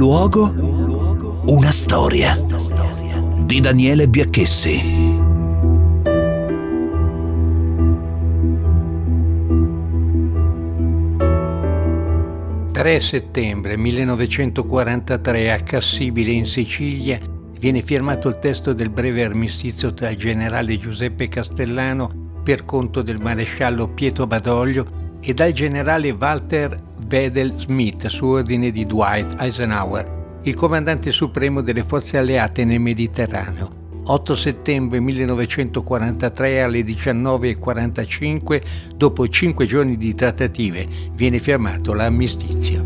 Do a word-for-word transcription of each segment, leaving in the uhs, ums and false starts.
luogo, una storia di Daniele Biacchessi. tre settembre millenovecentoquarantatré, a Cassibile in Sicilia, viene firmato il testo del breve armistizio tra il generale Giuseppe Castellano per conto del maresciallo Pietro Badoglio e dal generale Walter Wedel Smith su ordine di Dwight Eisenhower, il comandante supremo delle forze alleate nel Mediterraneo. otto settembre millenovecentoquarantatré alle diciannove e quarantacinque, dopo cinque giorni di trattative, viene firmato l'armistizio.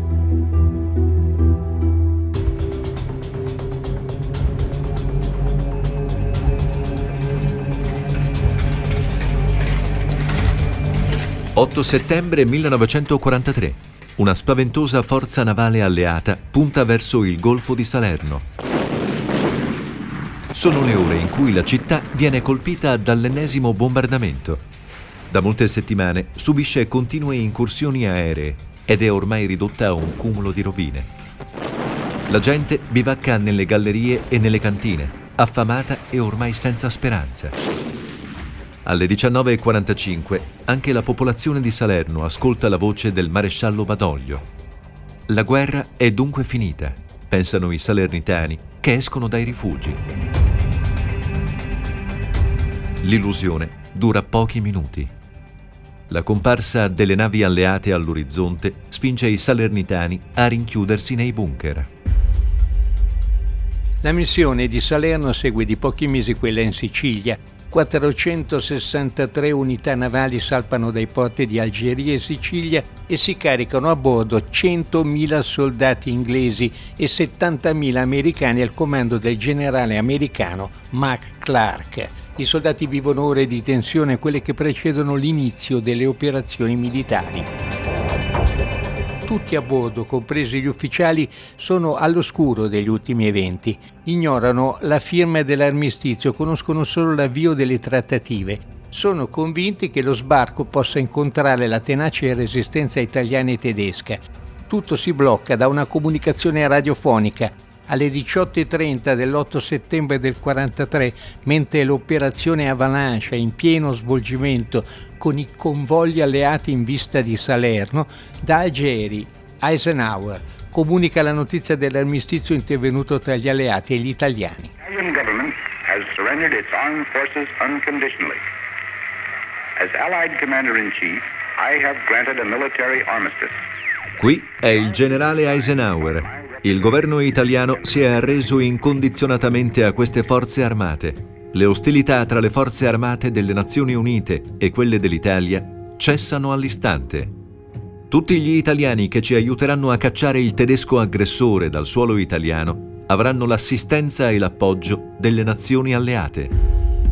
otto settembre millenovecentoquarantatré. Una spaventosa forza navale alleata punta verso il Golfo di Salerno. Sono le ore in cui la città viene colpita dall'ennesimo bombardamento. Da molte settimane subisce continue incursioni aeree ed è ormai ridotta a un cumulo di rovine. La gente bivacca nelle gallerie e nelle cantine, affamata e ormai senza speranza. Alle diciannove e quarantacinque anche la popolazione di Salerno ascolta la voce del maresciallo Badoglio. La guerra è dunque finita, pensano i salernitani che escono dai rifugi. L'illusione dura pochi minuti. La comparsa delle navi alleate all'orizzonte spinge i salernitani a rinchiudersi nei bunker. La missione di Salerno segue di pochi mesi quella in Sicilia. quattrocentosessantatré unità navali salpano dai porti di Algeria e Sicilia e si caricano a bordo centomila soldati inglesi e settantamila americani al comando del generale americano Mac Clark. I soldati vivono ore di tensione, quelle che precedono l'inizio delle operazioni militari. Tutti a bordo, compresi gli ufficiali, sono all'oscuro degli ultimi eventi. Ignorano la firma dell'armistizio, conoscono solo l'avvio delle trattative. Sono convinti che lo sbarco possa incontrare la tenace resistenza italiana e tedesca. Tutto si blocca da una comunicazione radiofonica. Alle diciotto e trenta dell'otto settembre del quarantatré, mentre l'operazione Avalanche è in pieno svolgimento con i convogli alleati in vista di Salerno, da Algeri Eisenhower comunica la notizia dell'armistizio intervenuto tra gli alleati e gli italiani. Italian government has surrendered its armed forces unconditionally. As Allied Commander-in-Chief, I have granted a military armistice. Qui è il generale Eisenhower. Il governo italiano si è arreso incondizionatamente a queste forze armate. Le ostilità tra le forze armate delle Nazioni Unite e quelle dell'Italia cessano all'istante. Tutti gli italiani che ci aiuteranno a cacciare il tedesco aggressore dal suolo italiano avranno l'assistenza e l'appoggio delle nazioni alleate.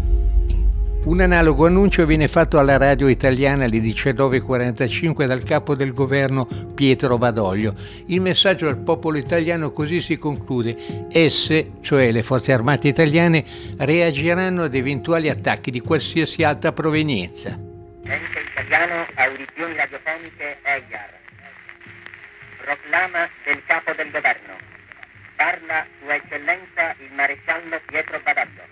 Un analogo annuncio viene fatto alla radio italiana alle diciannove e quarantacinque dal capo del governo Pietro Badoglio. Il messaggio al popolo italiano così si conclude: esse, cioè le forze armate italiane, reagiranno ad eventuali attacchi di qualsiasi alta provenienza. Ente italiano, audizioni radiofoniche E I A R. Proclama del capo del governo. Parla Sua Eccellenza il maresciallo Pietro Badoglio.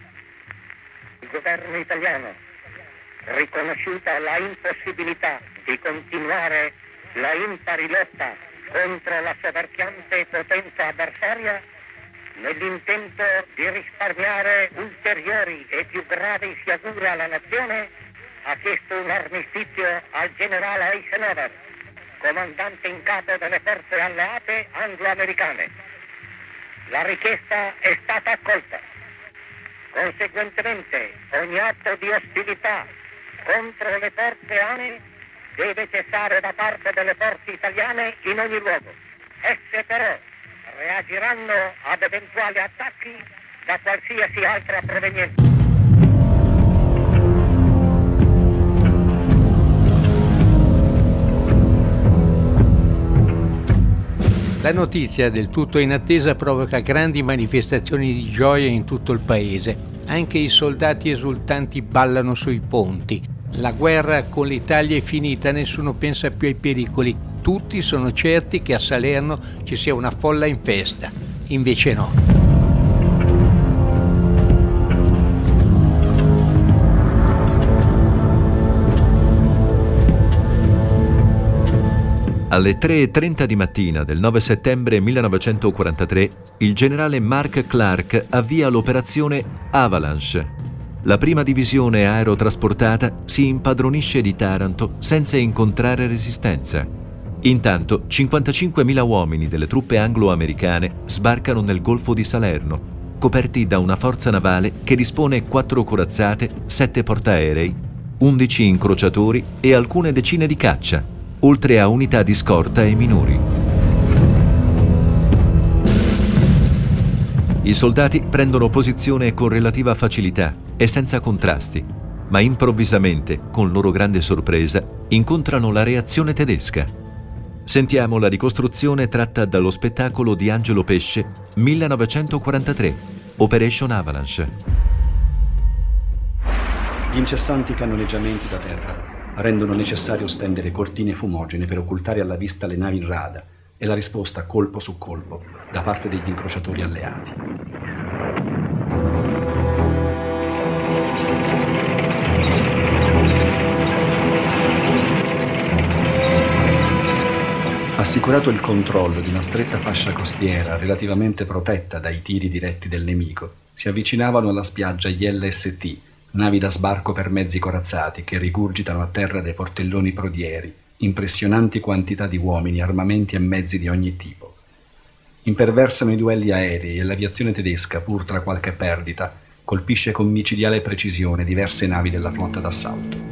Il governo italiano, riconosciuta la impossibilità di continuare la impari lotta contro la soverchiante potenza avversaria, nell'intento di risparmiare ulteriori e più gravi sciagure alla nazione, ha chiesto un armistizio al generale Eisenhower, comandante in capo delle forze alleate anglo-americane. La richiesta è stata accolta. Conseguentemente, ogni atto di ostilità contro le forze A N I deve cessare da parte delle forze italiane in ogni luogo. Esse però reagiranno ad eventuali attacchi da qualsiasi altra provenienza. La notizia, del tutto inattesa, provoca grandi manifestazioni di gioia in tutto il paese. Anche i soldati esultanti ballano sui ponti. La guerra con l'Italia è finita, nessuno pensa più ai pericoli. Tutti sono certi che a Salerno ci sia una folla in festa, invece no. Alle tre e trenta di mattina del nove settembre millenovecentoquarantatré, il generale Mark Clark avvia l'operazione Avalanche. La prima divisione aerotrasportata si impadronisce di Taranto senza incontrare resistenza. Intanto, cinquantacinquemila uomini delle truppe anglo-americane sbarcano nel Golfo di Salerno, coperti da una forza navale che dispone quattro corazzate, sette portaerei, undici incrociatori e alcune decine di caccia, oltre a unità di scorta e minori. I soldati prendono posizione con relativa facilità e senza contrasti, ma improvvisamente, con loro grande sorpresa, incontrano la reazione tedesca. Sentiamo la ricostruzione tratta dallo spettacolo di Angelo Pesce, millenovecentoquarantatré, Operation Avalanche. Gli incessanti cannoneggiamenti da terra rendono necessario stendere cortine fumogene per occultare alla vista le navi in rada e la risposta colpo su colpo da parte degli incrociatori alleati. Assicurato il controllo di una stretta fascia costiera relativamente protetta dai tiri diretti del nemico, si avvicinavano alla spiaggia gli L S T, navi da sbarco per mezzi corazzati che rigurgitano a terra dei portelloni prodieri, impressionanti quantità di uomini, armamenti e mezzi di ogni tipo. Imperversano i duelli aerei e l'aviazione tedesca, pur tra qualche perdita, colpisce con micidiale precisione diverse navi della flotta d'assalto.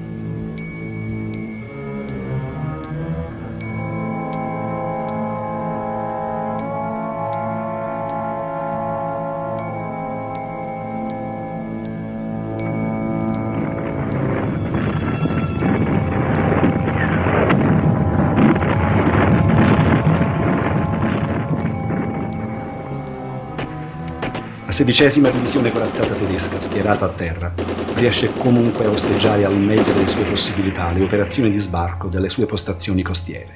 La sedicesima divisione corazzata tedesca, schierata a terra, riesce comunque a osteggiare al meglio delle sue possibilità le operazioni di sbarco delle sue postazioni costiere.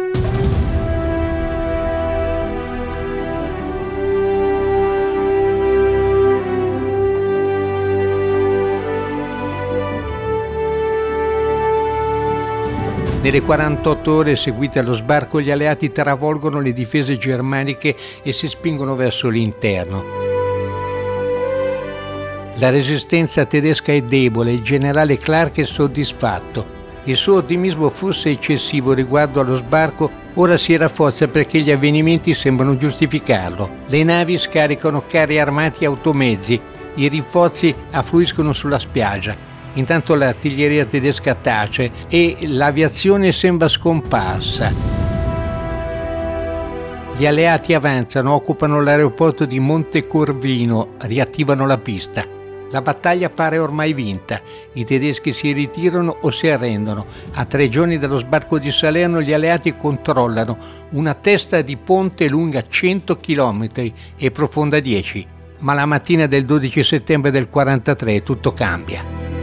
Nelle quarantotto ore seguite allo sbarco, gli alleati travolgono le difese germaniche e si spingono verso l'interno. La resistenza tedesca è debole, il generale Clark è soddisfatto. Il suo ottimismo fosse eccessivo riguardo allo sbarco, ora si rafforza perché gli avvenimenti sembrano giustificarlo. Le navi scaricano carri armati e automezzi, i rinforzi affluiscono sulla spiaggia. Intanto l'artiglieria tedesca tace e l'aviazione sembra scomparsa. Gli alleati avanzano, occupano l'aeroporto di Montecorvino, riattivano la pista. La battaglia pare ormai vinta, i tedeschi si ritirano o si arrendono. A tre giorni dallo sbarco di Salerno gli alleati controllano una testa di ponte lunga cento chilometri e profonda dieci, ma la mattina del dodici settembre del quarantatré tutto cambia.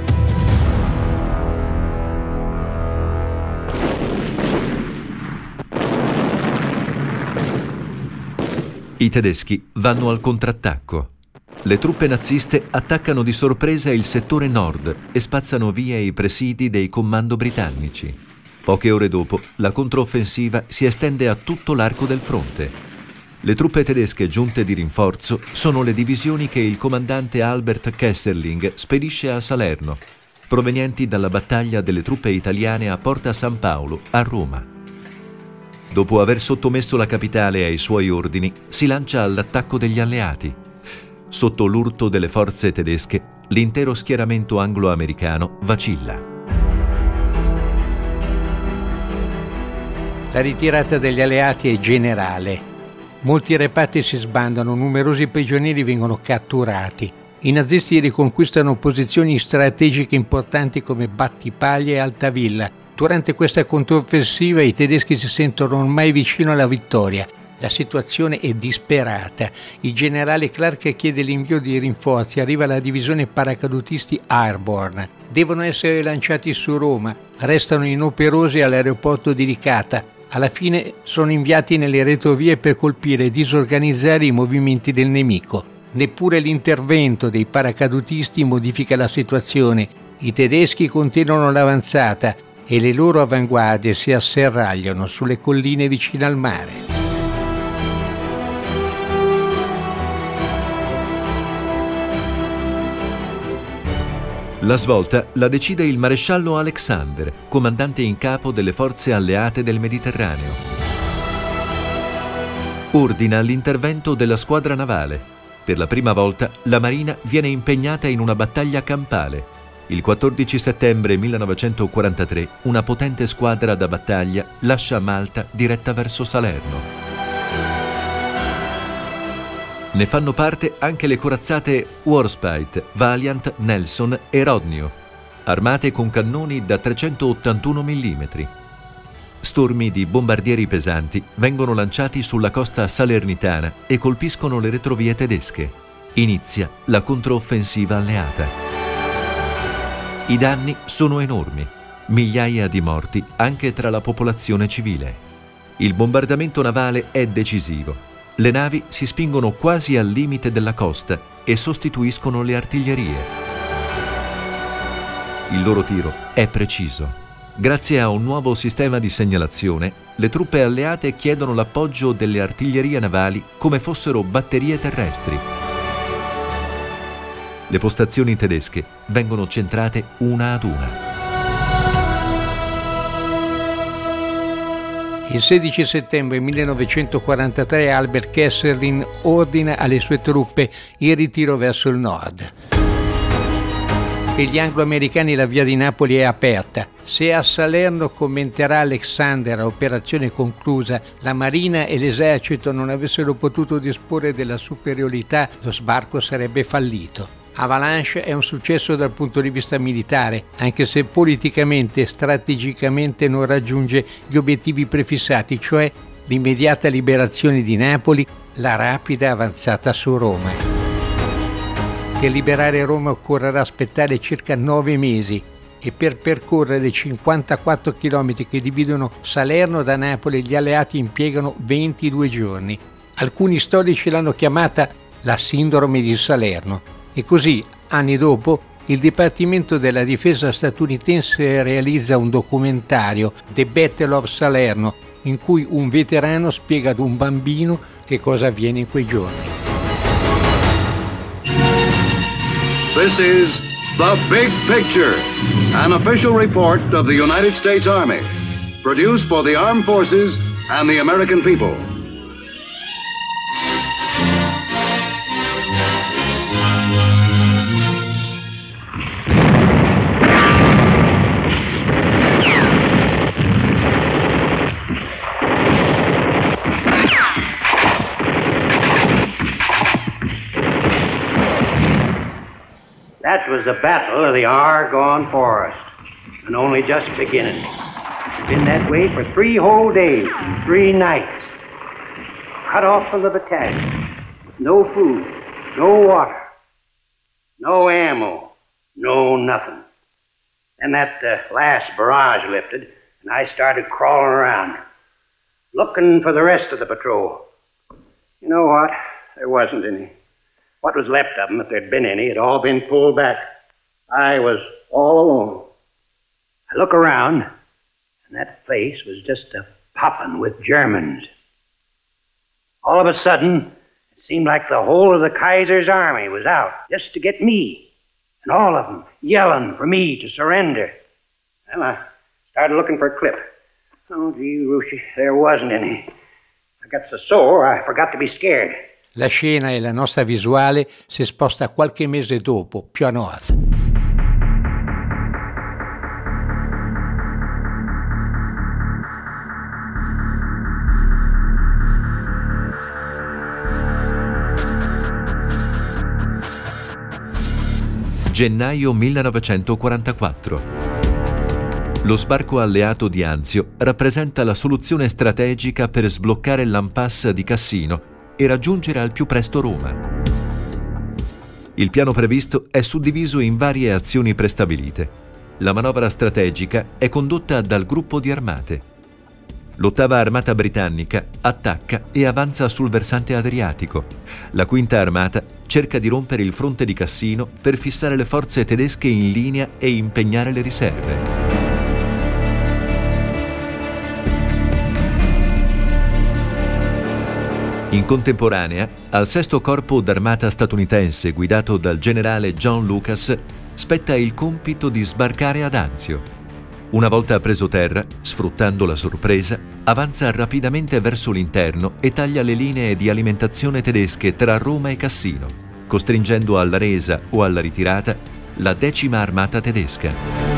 I tedeschi vanno al contrattacco. Le truppe naziste attaccano di sorpresa il settore nord e spazzano via i presidi dei comando britannici. Poche ore dopo, la controffensiva si estende a tutto l'arco del fronte. Le truppe tedesche giunte di rinforzo sono le divisioni che il comandante Albert Kesselring spedisce a Salerno, provenienti dalla battaglia delle truppe italiane a Porta San Paolo, a Roma. Dopo aver sottomesso la capitale ai suoi ordini, si lancia all'attacco degli alleati. Sotto l'urto delle forze tedesche, l'intero schieramento anglo-americano vacilla. La ritirata degli alleati è generale. Molti reparti si sbandano, numerosi prigionieri vengono catturati. I nazisti riconquistano posizioni strategiche importanti come Battipaglia e Altavilla. Durante questa controffensiva i tedeschi si sentono ormai vicino alla vittoria. La situazione è disperata. Il generale Clark chiede l'invio di rinforzi. Arriva la divisione paracadutisti Airborne. Devono essere lanciati su Roma. Restano inoperosi all'aeroporto di Licata. Alla fine sono inviati nelle retrovie per colpire e disorganizzare i movimenti del nemico. Neppure l'intervento dei paracadutisti modifica la situazione. I tedeschi continuano l'avanzata e le loro avanguardie si asserragliano sulle colline vicine al mare. La svolta la decide il maresciallo Alexander, comandante in capo delle forze alleate del Mediterraneo. Ordina l'intervento della squadra navale. Per la prima volta la Marina viene impegnata in una battaglia campale. Il quattordici settembre millenovecentoquarantatré una potente squadra da battaglia lascia Malta diretta verso Salerno. Ne fanno parte anche le corazzate Warspite, Valiant, Nelson e Rodney, armate con cannoni da trecentottantuno millimetri. Stormi di bombardieri pesanti vengono lanciati sulla costa salernitana e colpiscono le retrovie tedesche. Inizia la controffensiva alleata. I danni sono enormi, migliaia di morti anche tra la popolazione civile. Il bombardamento navale è decisivo. Le navi si spingono quasi al limite della costa e sostituiscono le artiglierie. Il loro tiro è preciso. Grazie a un nuovo sistema di segnalazione, le truppe alleate chiedono l'appoggio delle artiglierie navali come fossero batterie terrestri. Le postazioni tedesche vengono centrate una ad una. Il sedici settembre millenovecentoquarantatré Albert Kesselring ordina alle sue truppe il ritiro verso il nord. Per gli anglo-americani la via di Napoli è aperta. Se a Salerno, commenterà Alexander, a operazione conclusa, la Marina e l'Esercito non avessero potuto disporre della superiorità, lo sbarco sarebbe fallito. Avalanche è un successo dal punto di vista militare, anche se politicamente e strategicamente non raggiunge gli obiettivi prefissati, cioè l'immediata liberazione di Napoli, la rapida avanzata su Roma. Per liberare Roma occorrerà aspettare circa nove mesi e per percorrere i cinquantaquattro chilometri che dividono Salerno da Napoli gli alleati impiegano ventidue giorni. Alcuni storici l'hanno chiamata la sindrome di Salerno. E così, anni dopo, il Dipartimento della Difesa statunitense realizza un documentario, The Battle of Salerno, in cui un veterano spiega ad un bambino che cosa avviene in quei giorni. This is The Big Picture, an official report of the United States Army, produced for the armed forces and the American people. That was the battle of the Argonne Forest, and only just beginning. It's been that way for three whole days and three nights. Cut off from the battalion, with no food, no water, no ammo, no nothing. Then that uh, last barrage lifted, and I started crawling around, looking for the rest of the patrol. You know what? There wasn't any. What was left of them, if there'd been any, had all been pulled back. I was all alone. I look around, and that place was just a poppin' with Germans. All of a sudden, it seemed like the whole of the Kaiser's army was out just to get me, and all of them yelling for me to surrender. Well, I started looking for a clip. Oh, gee, Rushy, there wasn't any. I got so sore, I forgot to be scared. La scena e la nostra visuale si sposta qualche mese dopo, più a nord. Gennaio millenovecentoquarantaquattro. Lo sbarco alleato di Anzio rappresenta la soluzione strategica per sbloccare l'Impasse di Cassino e raggiungere al più presto Roma. Il piano previsto è suddiviso in varie azioni prestabilite. La manovra strategica è condotta dal gruppo di armate. L'ottava armata britannica attacca e avanza sul versante adriatico. La quinta armata cerca di rompere il fronte di Cassino per fissare le forze tedesche in linea e impegnare le riserve. In contemporanea, al sesto corpo d'armata statunitense guidato dal generale John Lucas spetta il compito di sbarcare ad Anzio. Una volta preso terra, sfruttando la sorpresa, avanza rapidamente verso l'interno e taglia le linee di alimentazione tedesche tra Roma e Cassino, costringendo alla resa o alla ritirata la decima armata tedesca.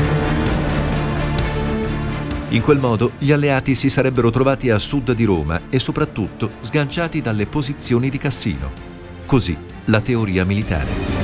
In quel modo gli alleati si sarebbero trovati a sud di Roma e soprattutto sganciati dalle posizioni di Cassino. Così la teoria militare.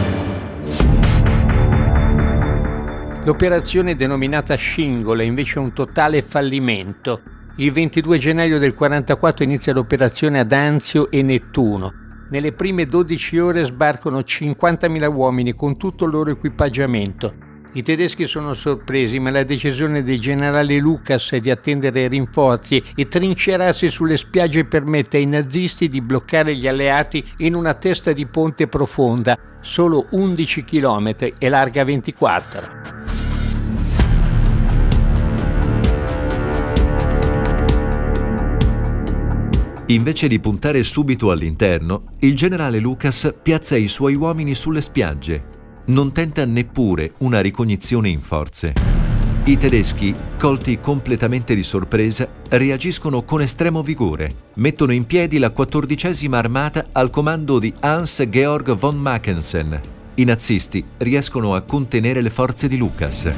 L'operazione denominata Shingle è invece un totale fallimento. Il ventidue gennaio del quarantaquattro inizia l'operazione ad Anzio e Nettuno. Nelle prime dodici ore sbarcano cinquantamila uomini con tutto il loro equipaggiamento. I tedeschi sono sorpresi, ma la decisione del generale Lucas di attendere rinforzi e trincerarsi sulle spiagge permette ai nazisti di bloccare gli alleati in una testa di ponte profonda, solo undici chilometri e larga ventiquattro. Invece di puntare subito all'interno, il generale Lucas piazza i suoi uomini sulle spiagge. Non tenta neppure una ricognizione in forze. I tedeschi, colti completamente di sorpresa, reagiscono con estremo vigore. Mettono in piedi la quattordicesima armata al comando di Hans-Georg von Mackensen. I nazisti riescono a contenere le forze di Lucas.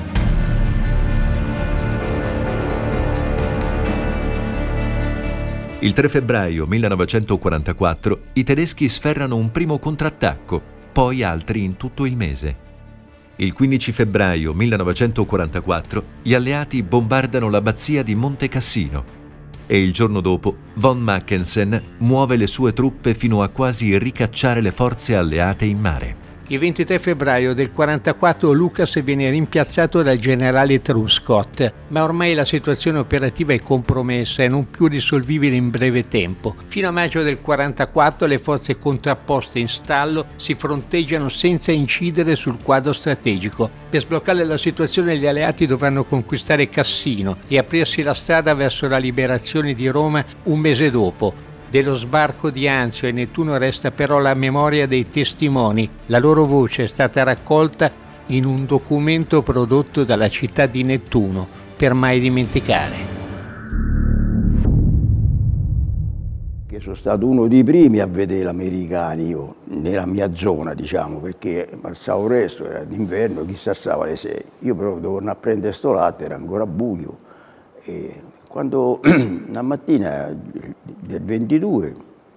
Il tre febbraio millenovecentoquarantaquattro i tedeschi sferrano un primo contrattacco, poi altri in tutto il mese. Il quindici febbraio millenovecentoquarantaquattro gli alleati bombardano l'abbazia di Monte Cassino e il giorno dopo von Mackensen muove le sue truppe fino a quasi ricacciare le forze alleate in mare. Il ventitré febbraio del quarantaquattro Lucas viene rimpiazzato dal generale Truscott, ma ormai la situazione operativa è compromessa e non più risolvibile in breve tempo. Fino a maggio del quarantaquattro le forze contrapposte in stallo si fronteggiano senza incidere sul quadro strategico. Per sbloccare la situazione gli alleati dovranno conquistare Cassino e aprirsi la strada verso la liberazione di Roma un mese dopo. Dello sbarco di Anzio e Nettuno resta però la memoria dei testimoni. La loro voce è stata raccolta in un documento prodotto dalla città di Nettuno, per mai dimenticare. Che sono stato uno dei primi a vedere gli americani, io, nella mia zona, diciamo, perché passavo presto, era d'inverno, chissà stava alle sei. Io però dovevo andare a prendere sto latte, era ancora buio. E quando una mattina del ventidue,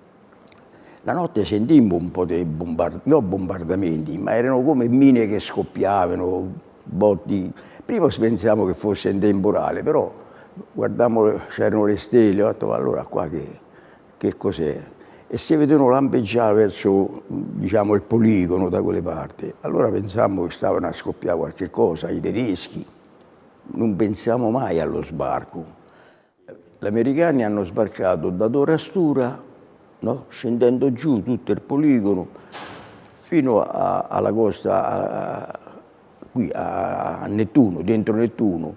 la notte sentimmo un po' dei bombard- no bombardamenti, ma erano come mine che scoppiavano, botti. Prima pensavamo che fosse un temporale, però guardavamo, c'erano le stelle, ho detto, ma allora qua che, che cos'è? E si vedevano lampeggiare verso, diciamo, il poligono da quelle parti. Allora pensavamo che stavano a scoppiare qualche cosa, i tedeschi. Non pensiamo mai allo sbarco. Gli americani hanno sbarcato da Dorastura, no? Scendendo giù tutto il poligono, fino a, alla costa, a, qui a, a Nettuno, dentro Nettuno.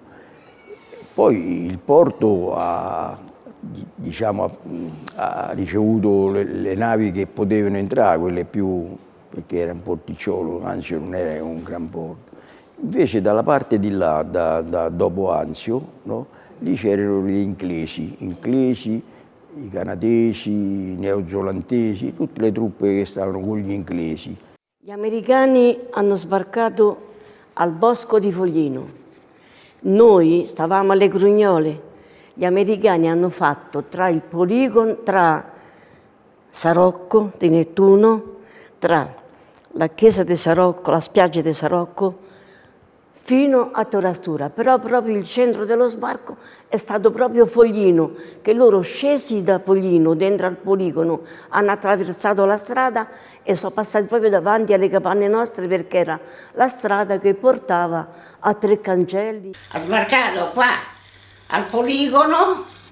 Poi il porto ha, diciamo, ha ricevuto le, le navi che potevano entrare, quelle più, perché era un porticciolo, anzi non era un gran porto. Invece dalla parte di là, da, da, dopo Anzio, no? Lì c'erano gli inglesi, inglesi, i canadesi, i neozelandesi, tutte le truppe che stavano con gli inglesi. Gli americani hanno sbarcato al bosco di Foglino. Noi stavamo alle Grugnole. Gli americani hanno fatto tra il poligono, tra Sarocco di Nettuno, tra la chiesa di Sarocco, la spiaggia di Sarocco, fino a Torastura, però proprio il centro dello sbarco è stato proprio Foglino, che loro scesi da Foglino, dentro al poligono, hanno attraversato la strada e sono passati proprio davanti alle capanne nostre perché era la strada che portava a Tre Cancelli. Ha sbarcato qua al poligono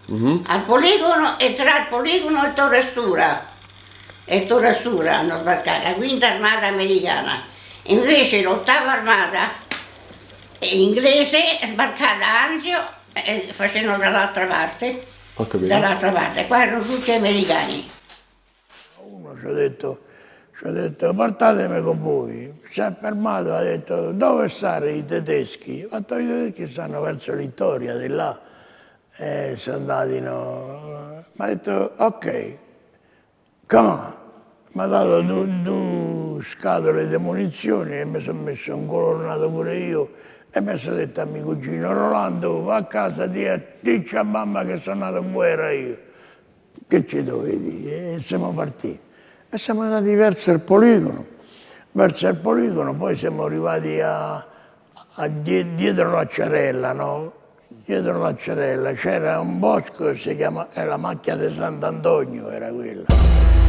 Uh-huh. Al poligono e tra il poligono e Torre Stura. E Torre Stura hanno sbarcato, la quinta armata americana. Invece l'ottava armata inglese è sbarcata a Anzio e facevano dall'altra parte. Ho capito. Dall'altra parte, qua erano tutti americani. Uno ci ha detto, ci ha detto portatemi con voi. Si è fermato, ha detto dove stanno i tedeschi? Ho fatto i tedeschi stanno verso Littoria, di là. E sono andati, no. Mi ha detto ok, come on? Mi ha dato due, due scatole di munizioni e mi sono messo un colonnato pure io e mi sono detto a mio cugino Rolando va a casa, dici a mamma che sono nato in guerra io. Che ci dovevi dire? E siamo partiti. E siamo andati verso il poligono, verso il poligono, poi siamo arrivati a, a dietro la Ciarella, no? Dietro la Ciarella c'era un bosco che si chiama, è la macchia di Sant'Antonio, era quella.